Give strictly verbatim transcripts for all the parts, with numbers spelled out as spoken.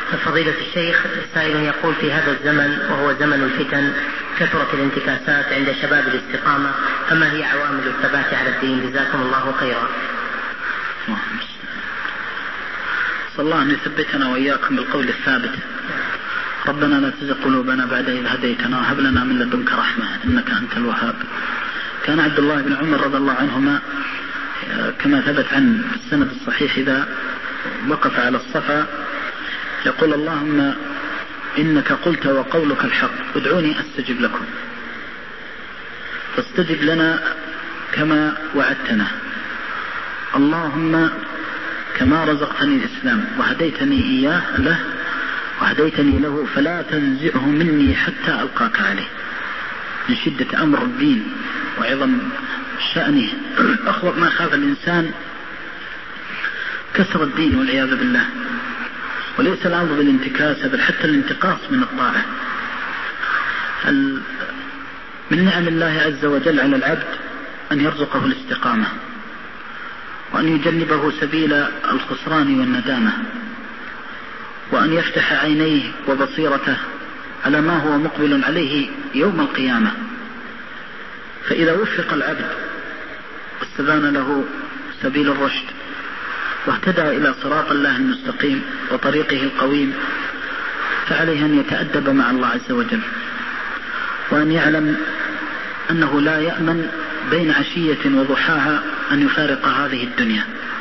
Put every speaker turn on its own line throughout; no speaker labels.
فضيلة الشيخ، سائل يقول: في هذا الزمن وهو زمن الفتن كثرت الانتكاسات عند شباب الاستقامة، فما هي عوامل الثبات على الدين؟ جزاكم الله خيرا.
صلى الله أن يثبتنا وإياكم بالقول الثابت. ربنا لا تزغ قلوبنا بعد إذ هديتنا وهب لنا من لدنك رحمة إنك أنت الوهاب. كان عبد الله بن عمر رضي الله عنهما كما ثبت عن السند الصحيح إذا وقف على الصفا يقول: اللهم إنك قلت وقولك الحق ادعوني أستجب لكم، فاستجب لنا كما وعدتنا. اللهم كما رزقتني الإسلام وهديتني إياه له وهديتني له فلا تنزعه مني حتى ألقاك عليه. من شدة أمر الدين وعظم شأنه أخوف ما خاف الإنسان كسر الدين والعياذ بالله. وليس الأمر بالانتكاس بل حتى الانتقاص من الطاعة. من نعم الله عز وجل على العبد أن يرزقه الاستقامة وأن يجنبه سبيل الخسران والندامة وأن يفتح عينيه وبصيرته على ما هو مقبل عليه يوم القيامة. فإذا وفق العبد واستبان له سبيل الرشد واهتدى إلى صراط الله المستقيم وطريقه القويم فعليه أن يتأدب مع الله عز وجل وأن يعلم أنه لا يأمن بين عشية وضحاها أن يفارق هذه الدنيا.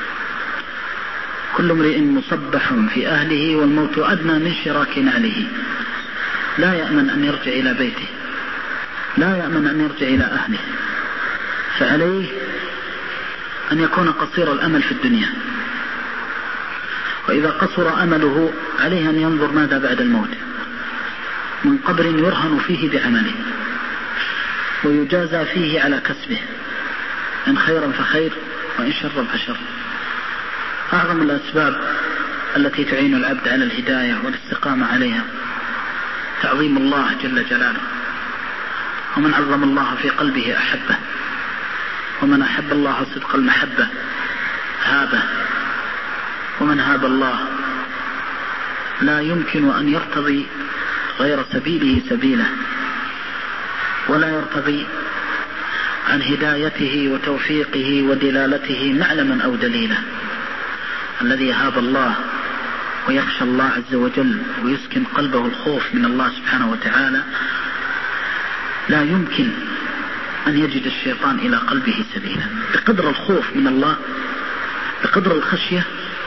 كل امرئ مصبح في أهله والموت أدنى من شراك نعله. لا يأمن أن يرجع إلى بيته، لا يأمن أن يرجع إلى أهله، فعليه أن يكون قصير الأمل في الدنيا. وإذا قصر أمله عليه أن ينظر ماذا بعد الموت من قبر يرهن فيه بعمله ويجازى فيه على كسبه، إن خيرا فخير وإن شرا فشر. أعظم الأسباب التي تعين العبد على الهداية والاستقامة عليها تعظيم الله جل جلاله. ومن عظم الله في قلبه أحبه، ومن أحب الله صدق المحبة هابه، ومن هاب الله لا يمكن أن يرتضي غير سبيله سبيله ولا يرتضي عن هدايته وتوفيقه ودلالته معلما أو دليلا. الذي هاب الله ويخشى الله عز وجل ويسكن قلبه الخوف من الله سبحانه وتعالى لا يمكن أن يجد الشيطان إلى قلبه سبيلا. بقدر الخوف من الله بقدر الخشية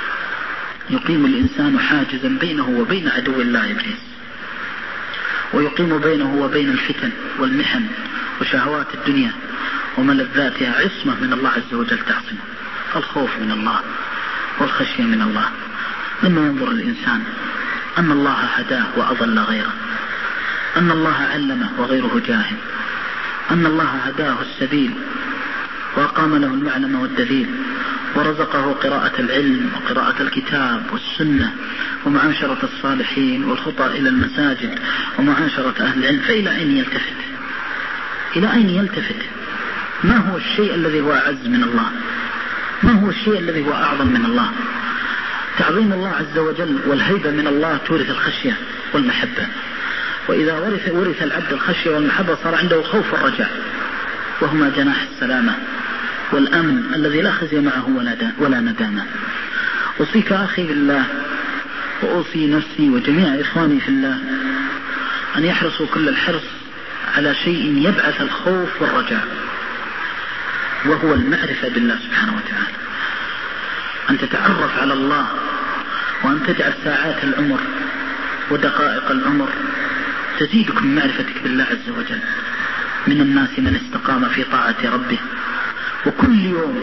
يقيم الإنسان حاجزا بينه وبين عدو الله إبليس، ويقيم بينه وبين الفتن والمحن وشهوات الدنيا وملذاتها عصمة من الله عز وجل تعصمه. الخوف من الله والخشية من الله. لما ينظر الإنسان أن الله هداه وأضل غيره، أن الله علمه وغيره جاهل، أن الله هداه السبيل وأقام له المعلم والدليل ورزقه قراءة العلم وقراءة الكتاب والسنة ومعاشرة الصالحين والخطى إلى المساجد ومعاشرة أهل العلم، فإلى أين يلتفت؟ إلى أين يلتفت؟ ما هو الشيء الذي هو أعز من الله؟ ما هو الشيء الذي هو أعظم من الله؟ تعظيم الله عز وجل والهيبة من الله تورث الخشية والمحبة. وإذا ورث, ورث العبد الخشية والمحبة صار عنده خوف والرجاء، وهما جناح السلامة والأمن الذي لا خزي معه ولا, ولا ندامة. أوصيك أخي بالله وأوصي نفسي وجميع إخواني في الله أن يحرصوا كل الحرص على شيء يبعث الخوف والرجاء، وهو المعرفة بالله سبحانه وتعالى. أن تتعرف على الله وأن تجعل ساعات العمر ودقائق العمر تزيدك من معرفتك بالله عز وجل. من الناس من استقام في طاعة ربه وكل يوم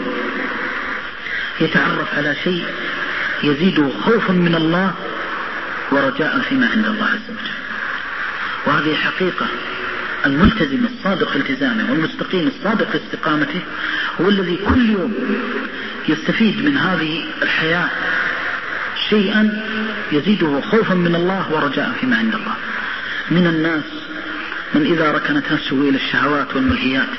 يتعرف على شيء يزيده خوفا من الله ورجاء فيما عند الله عز وجل. وهذه حقيقة. الملتزم الصادق في التزامه والمستقيم الصادق في استقامته هو الذي كل يوم يستفيد من هذه الحياة شيئا يزيده خوفا من الله ورجاء فيما عند الله. من الناس من إذا ركنت نفسه إلى الشهوات والملهيات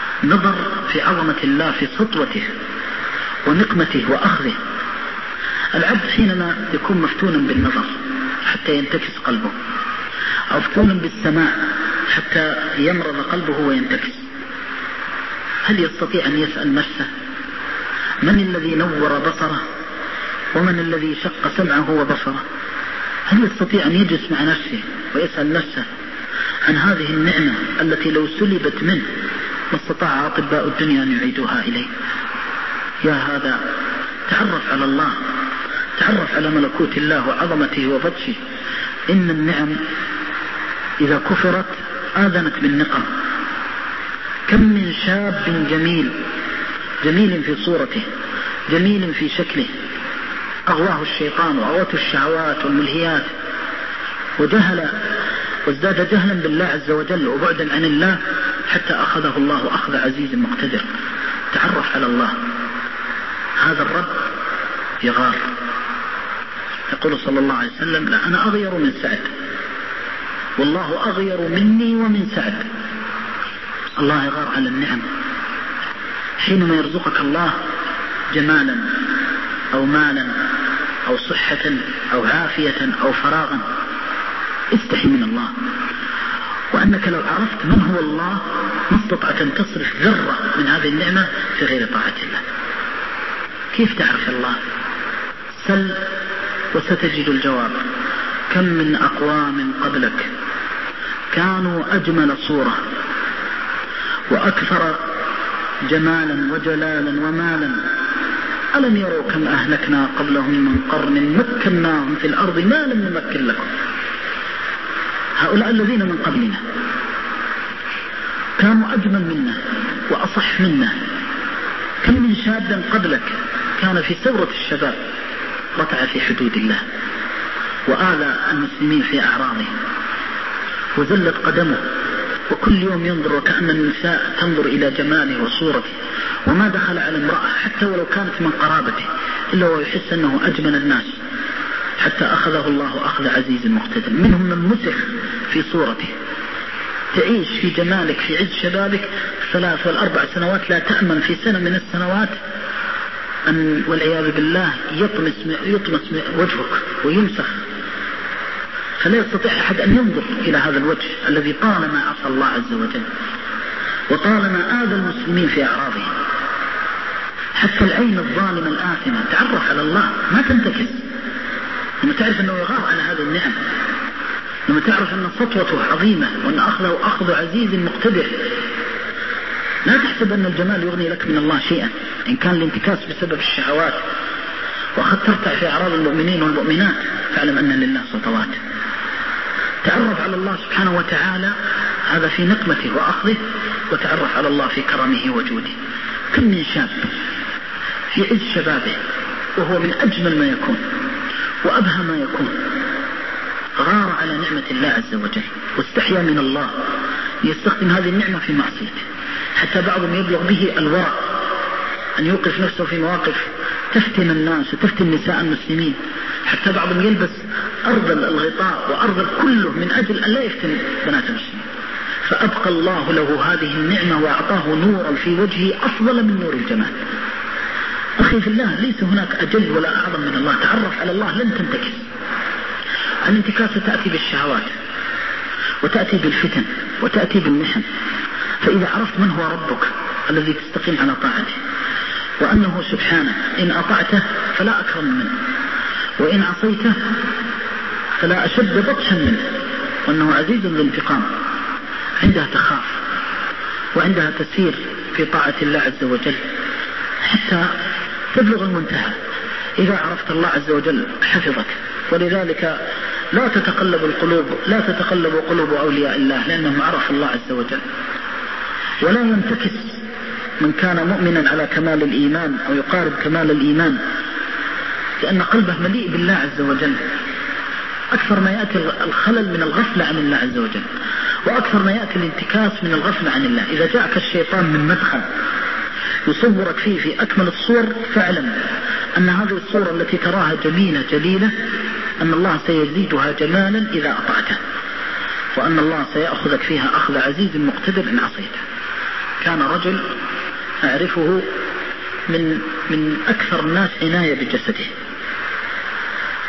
نظر في عظمة الله في سطوته ونقمته وأخذه العبد حينما يكون مفتونا بالنظر حتى ينتكس قلبه، أو مفتونا بالسماع حتى يمرض قلبه وينتكس، هل يستطيع أن يسأل نفسه من الذي نور بصره ومن الذي شق سمعه وبصره؟ هل يستطيع أن يجلس مع نفسه ويسأل نفسه عن هذه النعمة التي لو سلبت منه ما استطاع أطباء الدنيا أن يعيدوها إليه؟ يا هذا تعرف على الله، تعرف على ملكوت الله وعظمته وبطشه. إن النعم إذا كفرت آذنت بالنقم. كم من شاب جميل، جميل في صورته، جميل في شكله، أغواه الشيطان وأغوته الشهوات والملهيات وجهل وازداد جهلا بالله عز وجل وبعدا عن الله حتى أخذه الله أخذ عزيز مقتدر. تعرف على الله. هذا الرب يغار. يقول صلى الله عليه وسلم: لا أنا أغير من سعد، والله أغير مني ومن سعد. الله يغار على النعم. حينما يرزقك الله جمالا أو مالا أو صحة أو عافية أو فراغا، استحي من الله، وأنك لو عرفت من هو الله ما استطعت أن تصرف ذرة من هذه النعمة في غير طاعة الله. كيف تعرف الله؟ سل وستجد الجواب. كم من أقوام قبلك كانوا أجمل صورة وأكثر جمالا وجلالا ومالا، ألم يروا كم أهلكنا قبلهم من قرن مكناهم في الأرض ما لم نمكن لكم. هؤلاء الذين من قبلنا كانوا أجمل منا وأصح منا. كم من شاب قبلك كان في ثورة الشباب رتع في حدود الله وآذى المسلمين في أعراضهم وزلت قدمه، وكل يوم ينظر وكأن النساء تنظر إلى جماله وصورته، وما دخل على امرأة حتى ولو كانت من قرابته إلا ويحس أنه أجمل الناس، حتى أخذه الله أخذ عزيز مقتدر. منهم من مسخ في صورته. تعيش في جمالك في عز شبابك ثلاث والأربع سنوات، لا تأمن في سنة من السنوات أن والعياذ بالله يطمس, يطمس وجهك ويمسخ، فلا يستطيع أحد أن ينظر إلى هذا الوجه الذي طالما عصى الله عز وجل وطالما آذى المسلمين في أعراضهم. حتى العين الظالمة الآثمة تعرف على الله، ما تنتكس. لما تعرف أنه يغار على هذه النعم، لما تعرف أن سطوته عظيمة وأن أخذه أخذ عزيز مقتدر، لا تحسب أن الجمال يغني لك من الله شيئا. إن كان الانتكاس بسبب الشهوات وقد ترتع في أعراض المؤمنين والمؤمنات، فاعلم أن لله سطوات. تعرف على الله سبحانه وتعالى، هذا في نقمته وأخذه، وتعرف على الله في كرمه وجوده. كم من شاب في عز شبابه وهو من أجمل ما يكون وأبهى ما يكون غار على نعمة الله عز وجل واستحيا من الله يستخدم هذه النعمة في معصيته، حتى بعضهم يبلغ به الورع أن يوقف نفسه في مواقف تفتن الناس وتفتن نساء المسلمين، حتى بعضهم يلبس أرض الغطاء وأرض كله من أجل أن لا يفتن بنات المسلمين، فأبقى الله له هذه النعمة وأعطاه نورا في وجهه أفضل من نور الجمال. أخي في الله، ليس هناك أجل ولا أعظم من الله. تعرف على الله لن تنتكس. الانتكاس تأتي بالشهوات وتأتي بالفتن وتأتي بالمحن. فإذا عرفت من هو ربك الذي تستقيم على طاعته، وأنه سبحانه إن أطعته فلا أكرم منه، وإن عصيته فلا أشد بطشا منه، وأنه عزيز ذو انتقام، عندها تخاف وعندها تسير في طاعة الله عز وجل حتى تبلغ المنتهى. إذا عرفت الله عز وجل حفظك. ولذلك لا تتقلب القلوب لا تتقلب قلوب أولياء الله، لأنهم عرف الله عز وجل. ولا ينتكس من كان مؤمنا على كمال الإيمان أو يقارب كمال الإيمان، لأن قلبه مليء بالله عز وجل. أكثر ما يأتي الخلل من الغفلة عن الله عز وجل، وأكثر ما يأتي الانتكاس من الغفلة عن الله. إذا جاءك الشيطان من مدخل يصورك فيه في أكمل الصور، فاعلم أن هذه الصورة التي تراها جميلة جليلة أن الله سيزيدها جمالا إذا أطعته، وأن الله سيأخذك فيها أخذ عزيز مقتدر إن عصيته. كان رجل أعرفه من من أكثر الناس عناية بجسده،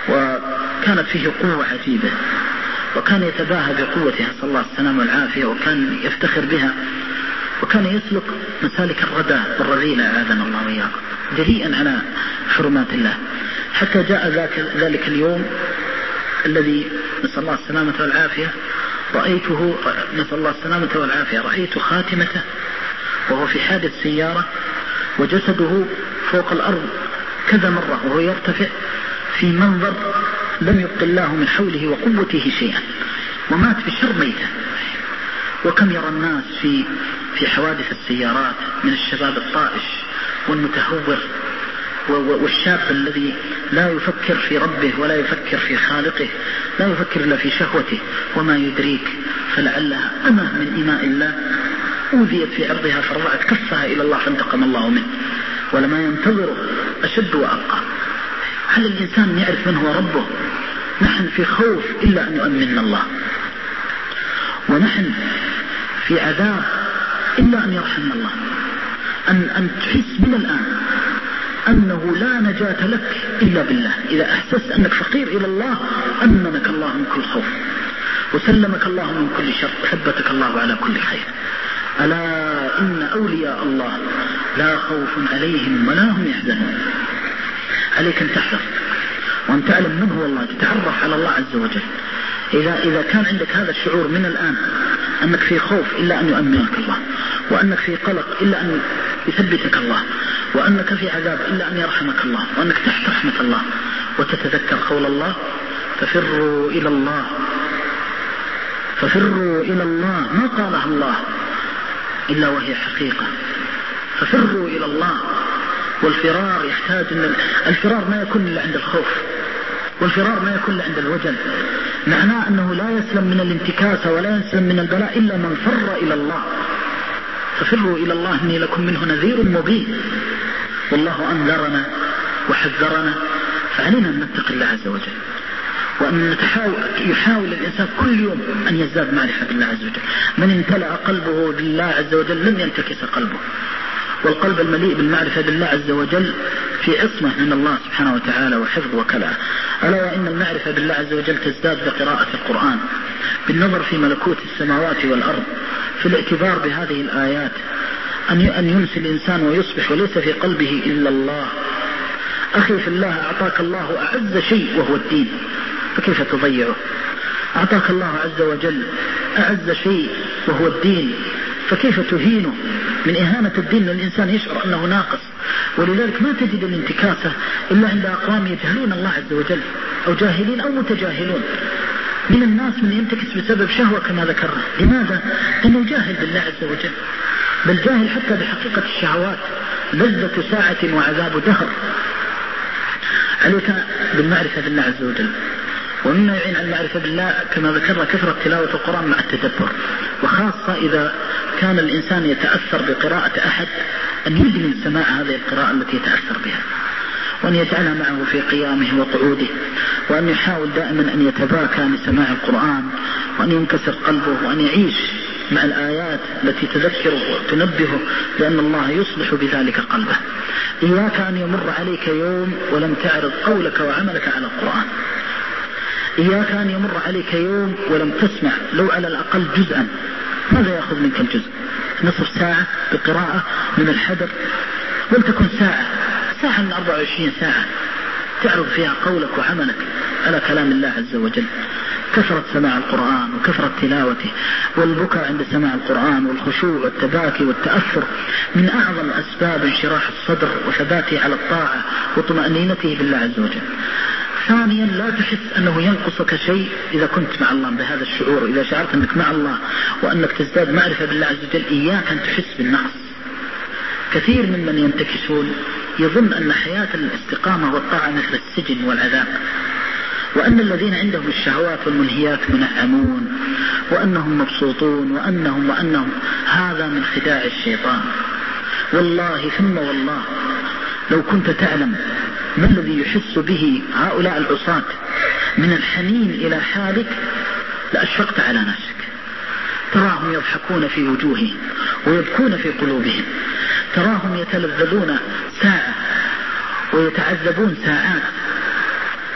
وكانت فيه قوة عجيبة، وكان يتباهى بقوتها صلى الله عليه وسلم والعافية، وكان يفتخر بها، وكان يسلك مسالك الردى والرذيلة أعاذنا الله وإياكم، جريئا على حرمات الله، حتى جاء ذاك ذلك اليوم الذي نسأل الله السلامة والعافية رأيته نسأل الله السلامة والعافية رأيت خاتمته وهو في حادث سيارة، وجسده فوق الأرض كذا مرة وهو يرتفع في منظر لم يبق الله من حوله وقوته شيئا، ومات بشر ميته. وكم يرى الناس في في حوادث السيارات من الشباب الطائش والمتهور والشاب الذي لا يفكر في ربه ولا يفكر في خالقه، لا يفكر إلا في شهوته، وما يدريك فلعلها أمة من إماء الله أوذيت في عرضها فرفعت كفها إلى الله فانتقم الله منه، ولما ينتظره أشد وأبقى. هل الإنسان يعرف من هو ربه؟ نحن في خوف إلا أن يؤمننا الله، ونحن في عذاب إلا أن يرحمنا الله. أن, أن تحس من الآن أنه لا نجاة لك إلا بالله. إذا أحسست أنك فقير إلى الله أمنك الله من كل خوف، وسلمك الله من كل شر، وثبتك الله على كل خير. ألا إن أولياء الله لا خوف عليهم ولا هم يحزنون. عليك أن تحذر وأن تعلم من هو الله، تتعرف على الله عز وجل. إذا, إذا كان عندك هذا الشعور من الآن أنك في خوف إلا أن يؤمنك الله، وأنك في قلق إلا أن يثبتك الله، وأنك في عذاب إلا أن يرحمك الله، وأنك تحت رحمة الله، وتتذكر قول الله ففروا إلى الله، ففروا إلى الله ما قالها الله إلا وهي حقيقة. ففروا إلى الله. والفرار يحتاج أن الفرار ما يكون إلا عند الخوف، والفرار ما يكون إلا عند الوجل. معناه أنه لا يسلم من الانتكاسة ولا يسلم من البلاء إلا من فر إلى الله. ففروا إلى الله إني لكم منه نذير مبين. والله أنذرنا وحذرنا، فعلينا أن نتقي الله عز وجل، وأن يحاول الإنسان كل يوم أن يزداد معرفة بالله عز وجل. من امتلأ قلبه بالله عز وجل لن ينتكس قلبه، والقلب المليء بالمعرفة بالله عز وجل في عصمة من الله سبحانه وتعالى وحفظ وكلاء. ألا وإن المعرفة بالله عز وجل تزداد بقراءة القرآن، بالنظر في ملكوت السماوات والأرض، في الاعتبار بهذه الآيات، أن ينسي الإنسان ويصبح وليس في قلبه إلا الله. أخي في الله، أعطاك الله أعز شيء وهو الدين، فكيف تضيعه؟ أعطاك الله عز وجل أعز شيء وهو الدين، فكيف تهينه؟ من إهانة الدين الإنسان يشعر أنه ناقص. ولذلك ما تجد الانتكاسة إلا عند أقوام يجهلون الله عز وجل، أو جاهلين أو متجاهلون. من الناس من ينتكس بسبب شهوة كما ذكرنا. لماذا؟ لأنه جاهل بالله عز وجل، بل جاهل حتى بحقيقة الشهوات، لذة ساعة وعذاب دهر. عليك بالمعرفة بالله عز وجل. ومما يعين على المعرفة بالله كما ذكرنا كثرة تلاوة القرآن مع التدبر، وخاصة إذا كان الإنسان يتأثر بقراءة أحد أن يدمن سماع هذه القراءة التي يتأثر بها، وأن يجعلها معه في قيامه وقعوده، وأن يحاول دائما أن يتباكى لسماع القرآن، وأن ينكسر قلبه، وأن يعيش مع الآيات التي تذكره وتنبهه، لأن الله يصلح بذلك قلبه. إياك أن يمر عليك يوم ولم تعرض قولك وعملك على القرآن. إياك أن يمر عليك يوم ولم تسمع لو على الأقل جزءا. ماذا يأخذ منك الجزء؟ نصف ساعة بقراءة من الحدر، ولتكن ساعة ساعة من أربع وعشرين ساعة تعرض فيها قولك وعملك على كلام الله عز وجل. كثرة سماع القرآن وكثرة تلاوته والبكاء عند سماع القرآن والخشوع والتباكي والتأثر من أعظم أسباب انشراح الصدر وثباته على الطاعة وطمأنينته بالله عز وجل. ثانيا، لا تحس أنه ينقصك شيء إذا كنت مع الله بهذا الشعور. إذا شعرت أنك مع الله وأنك تزداد معرفة بالله عز وجل، إياك أن تحس بالنقص. كثير ممن ينتكسون يظن أن حياة الاستقامة والطاعة مثل السجن والعذاب، وأن الذين عندهم الشهوات والملهيات منعمون، وأنهم مبسوطون، وأنهم وأنهم هذا من خداع الشيطان. والله ثم والله لو كنت تعلم ما الذي يحس به هؤلاء العصاة من الحنين إلى حالك لأشفقت على نفسك. تراهم يضحكون في وجوههم ويبكون في قلوبهم، تراهم يتلذذون ساعة ويتعذبون ساعات،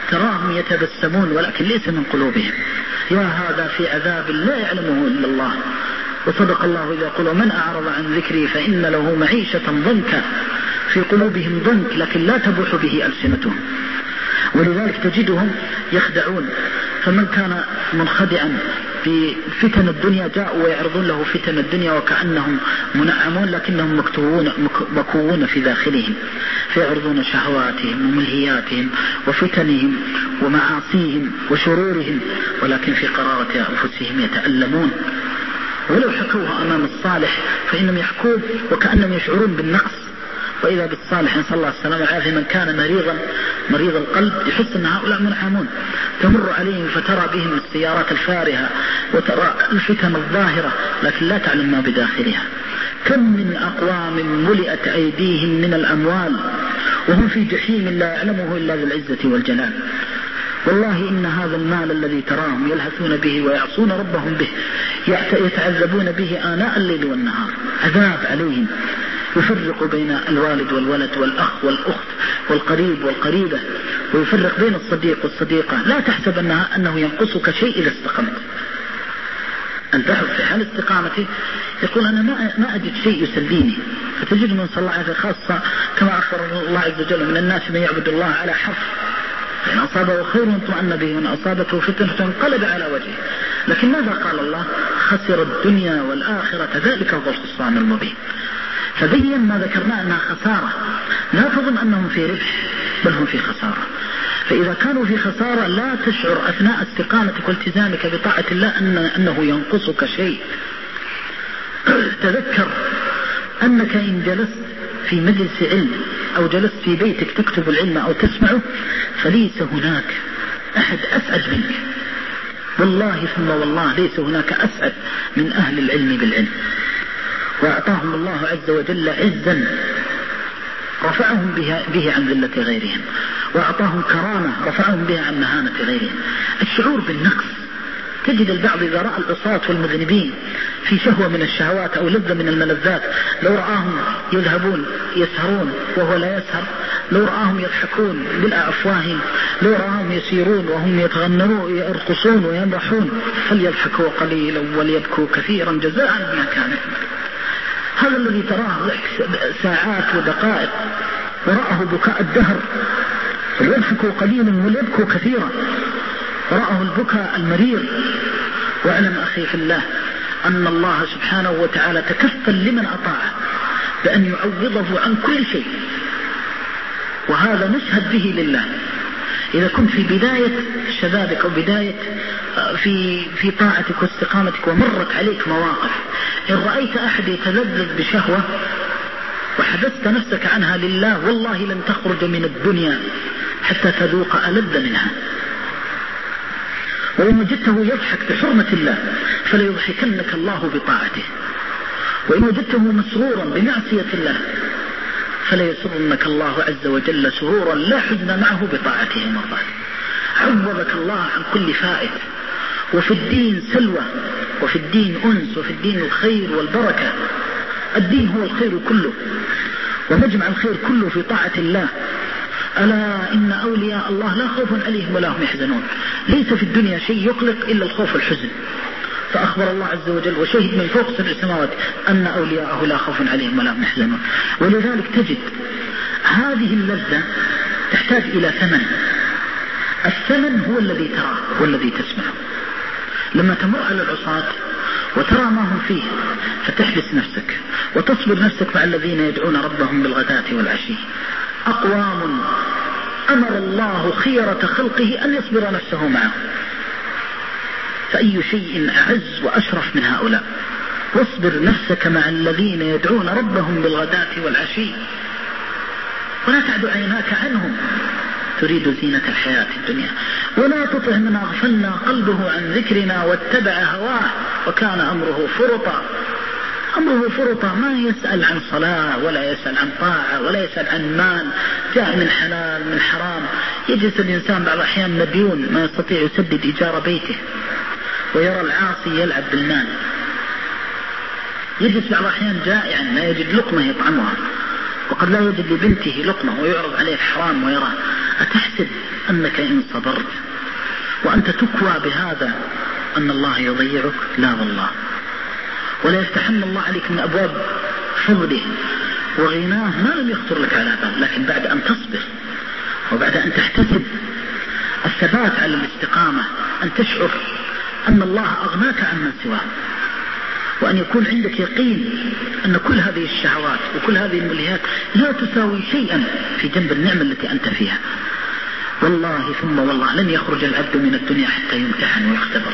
تراهم يتبسمون ولكن ليس من قلوبهم. يا هذا في عذاب لا يعلمه إلا الله. وصدق الله إذا يقول من أعرض عن ذكري فإن له معيشة ضنكا، في قلوبهم ضنك لكن لا تبوح به ألسنتهم. ولذلك تجدهم يخدعون. فمن كان منخدعا بفتن الدنيا جاءوا ويعرضون له فتن الدنيا وكأنهم منعمون لكنهم مكتوون مكوون في داخلهم، فيعرضون شهواتهم وملهياتهم وفتنهم ومعاصيهم وشرورهم، ولكن في قرارة أنفسهم يتألمون. ولو حكوها أمام الصالح فإنهم يحكون وكأنهم يشعرون بالنقص. وإذا بالصالح نسأل الله السلامة والعافية من كان مريضا مريض القلب يحس أن هؤلاء منعمون، تمر عليهم فترى بهم السيارات الفارهة وترى الفتن الظاهرة لكن لا تعلم ما بداخلها. كم من أقوام ملئت أيديهم من الأموال وهم في جحيم لا يعلمه إلا ذو العزة والجلال. والله إن هذا المال الذي تراهم يلهثون به ويعصون ربهم به يتعذبون به آناء الليل والنهار، عذاب عليهم يفرق بين الوالد والولد والأخ والأخت والقريب والقريبة، ويفرق بين الصديق والصديقة. لا تحسب أنها أنه ينقصك شيء إذا استقمت. أن تحب في حال استقامته يقول أنا ما ما أجد شيء يسليني، فتجد من صلى الله عليه خاصة كما أخبر الله عز وجل من الناس من يعبد الله على حرف، فإن أصابه خير اطمأن به وإن أصابته فتنة انقلب على وجهه. لكن ماذا قال الله؟ خسر الدنيا والآخرة ذلك هو الخسران المبين. فبين ما ذكرنا أنها خسارة، لا تظن أنهم في ربح بل هم في خسارة. فإذا كانوا في خسارة لا تشعر أثناء استقامتك والتزامك بطاعة الله أن أنه ينقصك شيء. تذكر أنك إن جلست في مجلس علم أو جلست في بيتك تكتب العلم أو تسمعه فليس هناك أحد أسعد منك، والله ثم والله ليس هناك أسعد من أهل العلم بالعلم. وأعطاهم الله عز وجل عزا رفعهم بها به عن ذلة غيرهم، وأعطاهم كرامة رفعهم بها عن مهانة غيرهم. الشعور بالنقص، تجد البعض إذا رأى العصاة والمذنبين في شهوة من الشهوات أو لذة من الملذات لو رآهم يذهبون يسهرون وهو لا يسهر، لو رآهم يضحكون بالأفواههم، لو رآهم يسيرون وهم يتغنرون يرقصون ويمرحون فليضحكوا قليلا وليبكوا كثيرا جزاء ما كان. هذا الذي تراه ساعات ودقائق ورآه بكاء الدهر، فليضحكوا قليلا وليبكوا كثيرا، ورآه البكاء المرير. واعلم أخي في الله أن الله سبحانه وتعالى تكفل لمن أطاعه بأن يعوضه عن كل شيء، وهذا نشهد به لله. إذا كنت في بداية شبابك أو بداية في في طاعتك واستقامتك ومرت عليك مواقف، إن رأيت أحد يتلذذ بشهوة وحبست نفسك عنها لله والله لن تخرج من الدنيا حتى تذوق ألذ منها. وإن وجدته يضحك بحرمة الله فليضحكنك الله بطاعته، وإن وجدته مسرورا بمعصية الله فليسرنك الله عز وجل سرورا لا حزن معه بطاعته مرضاه. عوضك الله عن كل فائد. وفي الدين سلوى، وفي الدين أنس، وفي الدين الخير والبركة. الدين هو الخير كله، ومجمع الخير كله في طاعة الله. ألا إن أولياء الله لا خوف عليهم ولا هم يحزنون. ليس في الدنيا شيء يقلق إلا الخوف والحزن. فأخبر الله عز وجل وشهد من فوق سبع سماوات أن أولياءه لا خوف عليهم ولا هم يحزنون. ولذلك تجد هذه اللذة تحتاج إلى ثمن. الثمن هو الذي تراه والذي تسمعه. لما تمر على العصاة وترى ما هم فيه فتحبس نفسك وتصبر نفسك مع الذين يدعون ربهم بالغداة والعشي. أقوام أمر الله خيرة خلقه أن يصبر نفسه معه، فأي شيء أعز وأشرف من هؤلاء؟ واصبر نفسك مع الذين يدعون ربهم بالغداة والعشي ولا تعد عيناك عنهم تريد زينة الحياة الدنيا، ولا تطع من أغفلنا قلبه عن ذكرنا واتبع هواه وكان أمره فرطا. أمره فرطا، ما يسأل عن صلاة ولا يسأل عن طاعة ولا يسأل عن مال جاء من حلال من حرام. يجلس الإنسان بعض الأحيان مديون ما يستطيع يسدد إيجار بيته، ويرى العاصي يلعب بالمال. يجلس بعض الأحيان جائعا لا يجد لقمة يطعمها، وقد لا يجد لبنته لقمة ويعرض عليه الحرام ويراه، أتحسب أنك إن صبرت وأنت تكوى بهذا أن الله يضيعك؟ لا والله. ولا يفتحن الله عليك من أبواب فضله وغناه ما لم يخطر لك على بال، لكن بعد أن تصبر وبعد أن تحتسب الثبات على الاستقامة، أن تشعر أن الله أغناك عمن سواه، وأن يكون عندك يقين أن كل هذه الشهوات وكل هذه الملهيات لا تساوي شيئا في جنب النعمة التي أنت فيها. والله ثم والله لن يخرج العبد من الدنيا حتى يمتحن ويختبر.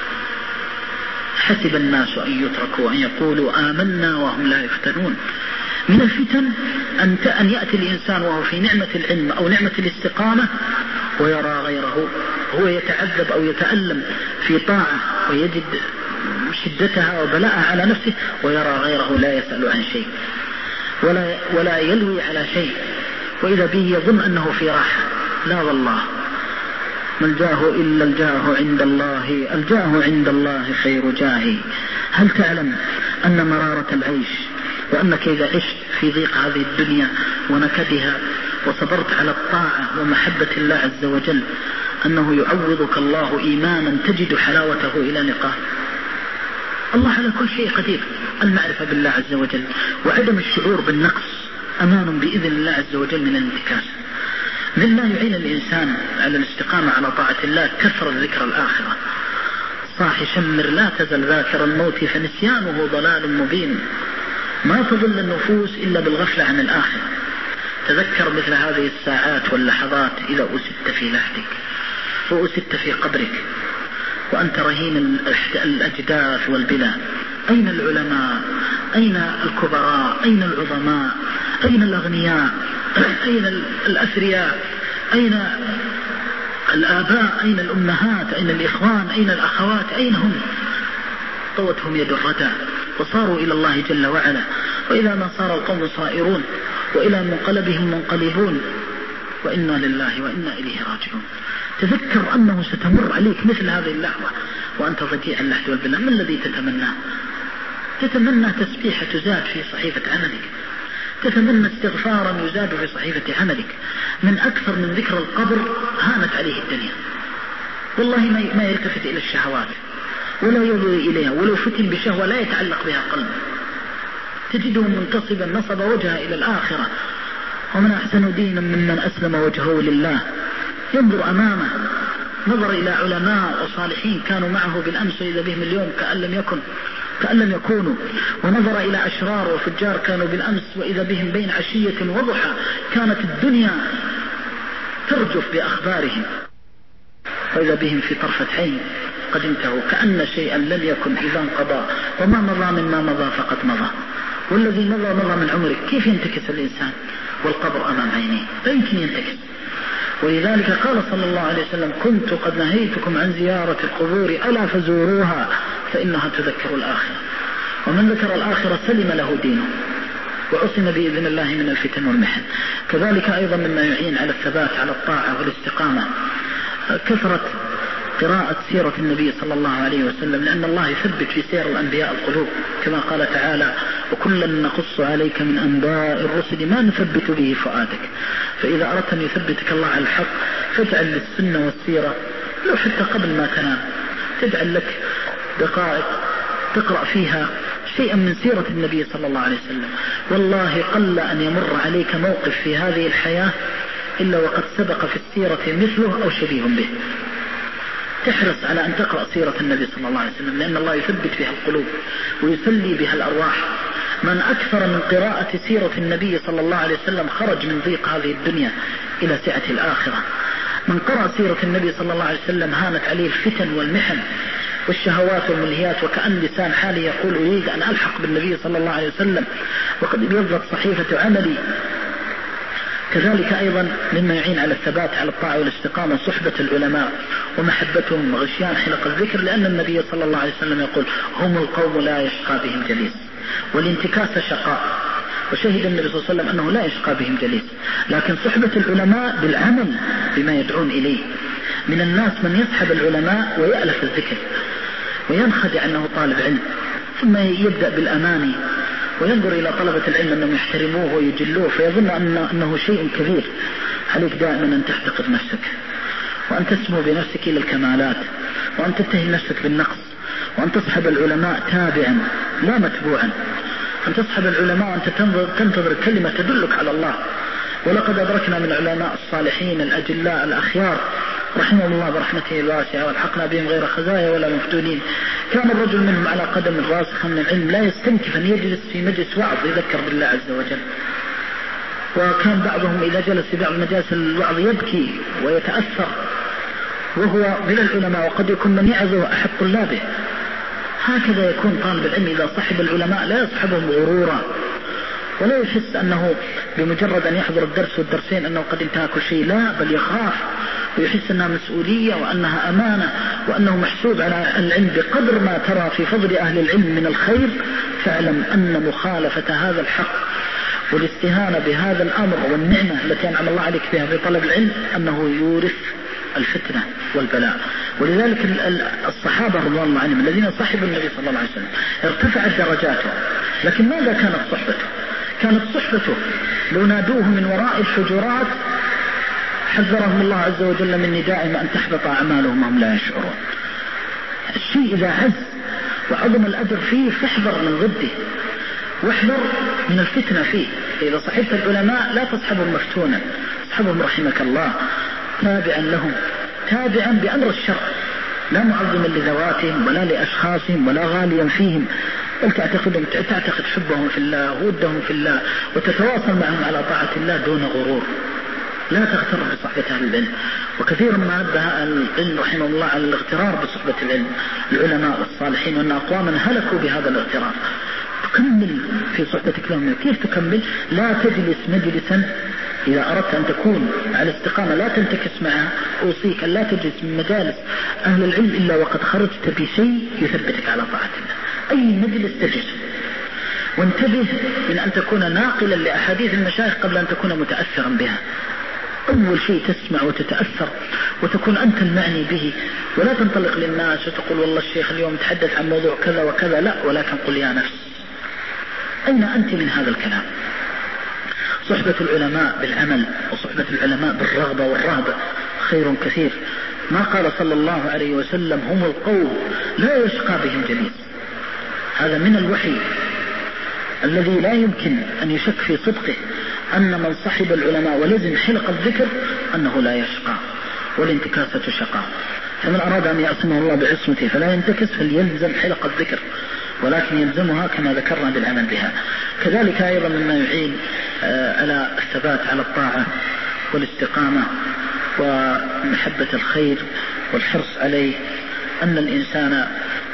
حسب الناس أن يتركوا أن يقولوا آمنا وهم لا يفتنون. من الفتن أن يأتي الإنسان وهو في نعمة العلم أو نعمة الاستقامة ويرى غيره هو يتعذب أو يتألم في طاعة ويجد شدتها وبلاءها على نفسه، ويرى غيره لا يسأل عن شيء ولا, ولا يلوي على شيء، وإذا به يظن أنه في راحة. لا والله، ما الجاه إلا الجاه عند الله، الجاه عند الله خير جاه. هل تعلم أن مرارة العيش وأنك إذا عشت في ضيق هذه الدنيا ونكدها وصبرت على الطاعة ومحبة الله عز وجل أنه يعوضك الله إيمانا تجد حلاوته إلى لقاه؟ الله على كل شيء قدير. المعرفة بالله عز وجل وعدم الشعور بالنقص أمان بإذن الله عز وجل من الانتكاس. مما يعين الإنسان على الاستقامة على طاعة الله كثرة ذكر الآخرة. صاح شمر لا تزل ذاكر الموت فنسيانه ضلال مبين. ما تضل النفوس إلا بالغفلة عن الآخرة. تذكر مثل هذه الساعات واللحظات إذا أسدت في لحدك وأسدت في قبرك وأنت رهين الأجداث والبلا. أين العلماء؟ أين الكبراء؟ أين العظماء؟ أين الأغنياء؟ أين الأثرياء؟ أين الآباء؟ أين الأمهات؟ أين الإخوان؟ أين الأخوات؟ أين هم؟ طوتهم يد الردى وصاروا إلى الله جل وعلا، وإلى ما صار القوم صائرون، وإلى منقلبهم منقلبون، وإنا لله وإنا إليه راجعون. تذكر أنه ستمر عليك مثل هذه اللحظة وأنت ضجيع اللحد والبلاء. ما الذي تتمناه؟ تتمنى تسبيحة تزاد في صحيفة عملك، تتمنى استغفارا يزاد في صحيفة عملك. من أكثر من ذكر القبر هانت عليه الدنيا، والله ما يلتفت إلى الشهوات ولا ينظر إليها، ولو فتن بشهوة لا يتعلق بها قلبه. تجده منتصبا نصب وجهه إلى الآخرة. ومن أحسن دينا ممن أسلم وجهه لله، ينظر أمامه، نظر إلى علماء وصالحين كانوا معه بالأمس وإذا بهم اليوم كأن لم يكن كأن لم يكونوا، ونظر إلى أشرار وفجار كانوا بالأمس وإذا بهم بين عشية وضحى كانت الدنيا ترجف بأخبارهم، وإذا بهم في طرفة عين قد انتهوا كأن شيئا لم يكن إذا انقضى، وما مضى مما مضى فقد مضى، والذي مضى مضى من عمرك. كيف ينتكس الإنسان والقبر أمام عينيه؟ لا يمكن ينتكس. ولذلك قال صلى الله عليه وسلم: كنت قد نهيتكم عن زيارة القبور ألا فزوروها فإنها تذكر الآخرة. ومن ذكر الآخرة سلم له دينه وعصم بإذن الله من الفتن والمحن. كذلك أيضا مما يعين على الثبات على الطاعة والاستقامة كثرة قراءة سيرة النبي صلى الله عليه وسلم، لأن الله يثبت في سير الأنبياء القلوب، كما قال تعالى: وكلا نقص عليك من أنباء الرسل ما نثبت به فؤادك. فإذا أردت أن يثبتك الله على الحق فاجعل للسنة والسيرة لو حتى قبل ما تنام تجعل لك دقائق تقرأ فيها شيئا من سيرة النبي صلى الله عليه وسلم. والله قل أن يمر عليك موقف في هذه الحياة إلا وقد سبق في السيرة مثله أو شبيه به. تحرص على أن تقرأ سيرة النبي صلى الله عليه وسلم، لأن الله يثبت بها القلوب ويسلي بها الأرواح. من أكثر من قراءة سيرة النبي صلى الله عليه وسلم خرج من ضيق هذه الدنيا إلى سعة الآخرة. من قرأ سيرة النبي صلى الله عليه وسلم هانت عليه الفتن والمحن والشهوات والملهيات، وكأن لسان حاله يقول: أريد أن ألحق بالنبي صلى الله عليه وسلم وقد ابيضت صحيفة عملي. كذلك أيضا مما يعين على الثبات على الطاعة والاستقامة صحبة العلماء ومحبتهم وغشيان حلق الذكر، لأن النبي صلى الله عليه وسلم يقول: هم القوم لا يشقى بهم جليس. والانتكاس شقاء، وشهد النبي صلى الله عليه وسلم أنه لا يشقى بهم جليس. لكن صحبة العلماء بالعمل بما يدعون إليه. من الناس من يصحب العلماء ويألف الذكر وينخدع أنه طالب علم، ثم يبدأ بالأماني وينظر إلى طلبة العلم أنهم يحترموه ويجلوه فيظن أن أنه شيء كبير. عليك دائما أن تحتقد نفسك، وأن تسمو بنفسك إلى الكمالات، وأن تتهم نفسك بالنقص، وأن تصحب العلماء تابعا لا متبوعا، أن تصحب العلماء وأنت تنظر تنتظر كلمة تدلك على الله. ولقد أدركنا من العلماء الصالحين الأجلاء الأخيار رحمهم الله برحمته الواسعة والحقنا بهم غير خزايا ولا مفتونين. كان الرجل منهم على قدم راسخ من العلم لا يستنكف أن يجلس في مجلس وعظ يذكر بالله عز وجل، وكان بعضهم إذا جلس في بعض مجالس الوعظ يبكي ويتأثر وهو من العلماء وقد يكون من يعظه أحد طلابه. هكذا يكون طالب العلم إذا صحب العلماء لا يصحبهم غرورا، ولا يحس أنه بمجرد أن يحضر الدرس والدرسين أنه قد انتهى كل شيء، لا، بل يخاف ويحس أنها مسؤولية وأنها أمانة وأنه محسوب على العلم بقدر ما ترى في فضل أهل العلم من الخير. فاعلم أن مخالفة هذا الحق والاستهانة بهذا الأمر والنعمة التي أنعم الله عليك بها في طلب العلم أنه يورث الفتنة والبلاء. ولذلك الصحابة رضوان الله عنهم الذين صحبوا النبي صلى الله عليه وسلم ارتفعت درجاتهم، لكن ماذا كانت صحبته؟ كانت صحبته لو نادوه من وراء الحجرات حذرهم الله عز وجل من ندائهم أن تحبط أعمالهم وهم لا يشعرون. الشيء إذا عز وعظم الأجر فيه فاحذر من ضده واحذر من الفتنة فيه. إذا صحبت العلماء لا تصحبهم مفتونا، اصحبهم رحمك الله تابعا لهم، تابعا بأمر الشرع، لا معظما لذواتهم ولا لأشخاصهم ولا غاليا فيهم، بل تعتقد تعتقد حبهم في الله وودهم في الله وتتواصل معهم على طاعة الله دون غرور. لا تغتر بصحبة أهل العلم. وكثيرا ما أنبه العلم رحمه الله على الاغترار بصحبة العلم العلماء والصالحين، وأن أقواما هلكوا بهذا الاغترار. تكمل في صحبتك لهم. كيف تكمل؟ لا تجلس مجلسا إذا أردت أن تكون على استقامة لا تنتكس معها. أوصيك أن لا تجلس من مجالس أهل العلم إلا وقد خرجت بشيء يثبتك على طاعة الله. أي مجلس تجلس، وانتبه من أن تكون ناقلا لأحاديث المشايخ قبل أن تكون متأثرا بها. أول شيء تسمع وتتأثر وتكون أنت المعني به، ولا تنطلق للناس وتقول والله الشيخ اليوم تحدث عن موضوع كذا وكذا، لا، ولكن قل يا نفس أين أنت من هذا الكلام؟ صحبة العلماء بالعمل وصحبة العلماء بالرغبة والرهبة خير كثير. ما قال صلى الله عليه وسلم هم القوم لا يشقى بهم جليس. هذا من الوحي الذي لا يمكن أن يشك في صدقه، أن من صحب العلماء ولزم حلق الذكر أنه لا يشقى، والانتكاسة شقاء. فمن أراد أن يعصمه الله بعصمته فلا ينتكس فليلزم حلق الذكر، ولكن يلزمها كما ذكرنا بالعمل بها. كذلك أيضا مما يعين على الثبات على الطاعة والاستقامة ومحبة الخير والحرص عليه أن الإنسان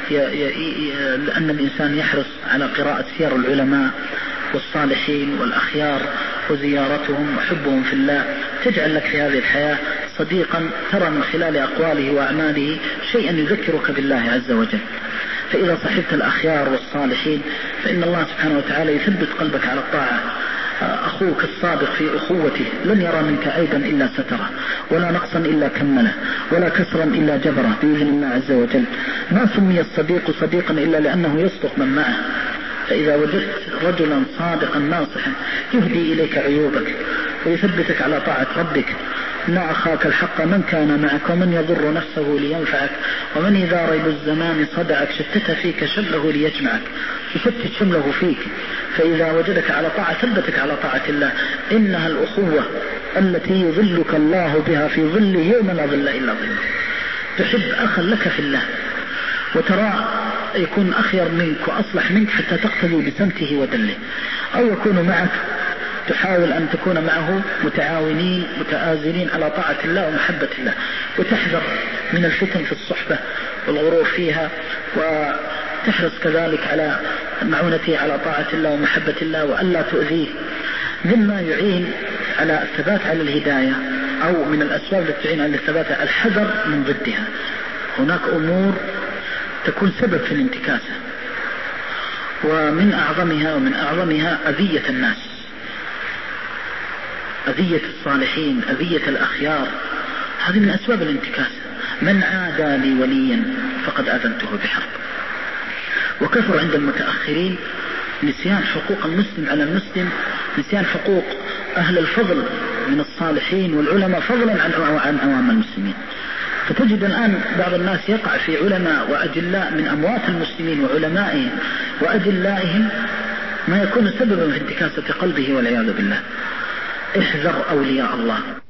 لأن الإنسان يحرص على قراءة سير العلماء والصالحين والأخيار وزيارتهم وحبهم في الله، تجعل لك في هذه الحياة صديقا ترى من خلال أقواله وأعماله شيئا يذكرك بالله عز وجل. فإذا صحبت الأخيار والصالحين فإن الله سبحانه وتعالى يثبت قلبك على الطاعة. أخوك الصادق في أخوته لن يرى منك عيبا إلا ستره، ولا نقصا إلا كمله، ولا كسرا إلا جبره بإذن الله عز وجل. ما سمي الصديق صديقا إلا لأنه يصدق من معه. فإذا وجدت رجلا صادقا ناصحا يهدي إليك عيوبك ويثبتك على طاعة ربك، إن أخاك الحق من كان معك ومن يضر نفسه لينفعك، ومن إذا ريب الزمان صدعك شتت فيك شمله ليجمعك، يشتت شمله فيك. فإذا وجدك على طاعة ثبتك على طاعة الله. إنها الأخوة التي يظلك الله بها في ظله يوم لا ظل إلا ظله. تحب أخا لك في الله وترى يكون أخير منك وأصلح منك حتى تقتدي بسمته ودله، أو يكون معك تحاول أن تكون معه متعاونين متآزرين على طاعة الله ومحبة الله، وتحذر من الفتن في الصحبة والغرور فيها، وتحرص كذلك على معونته على طاعة الله ومحبة الله وألا تؤذيه. مما يعين على الثبات على الهداية أو من الأسباب التي تعين على الثبات الحذر من ضدها. هناك أمور تكون سبب في الانتكاسة، ومن أعظمها ومن أعظمها أذية الناس، أذية الصالحين، أذية الأخيار. هذه من أسباب الانتكاسة. من عادى لي وليا فقد أذنته بحرب. وكثر عند المتأخرين نسيان حقوق المسلم على المسلم، نسيان حقوق أهل الفضل من الصالحين والعلماء فضلا عن عن عوام المسلمين. فتجد الآن بعض الناس يقع في علماء وأجلاء من أموات المسلمين وعلمائهم وأجلائهم ما يكون سببا في انتكاسة قلبه والعياذ بالله. احذر أولياء الله.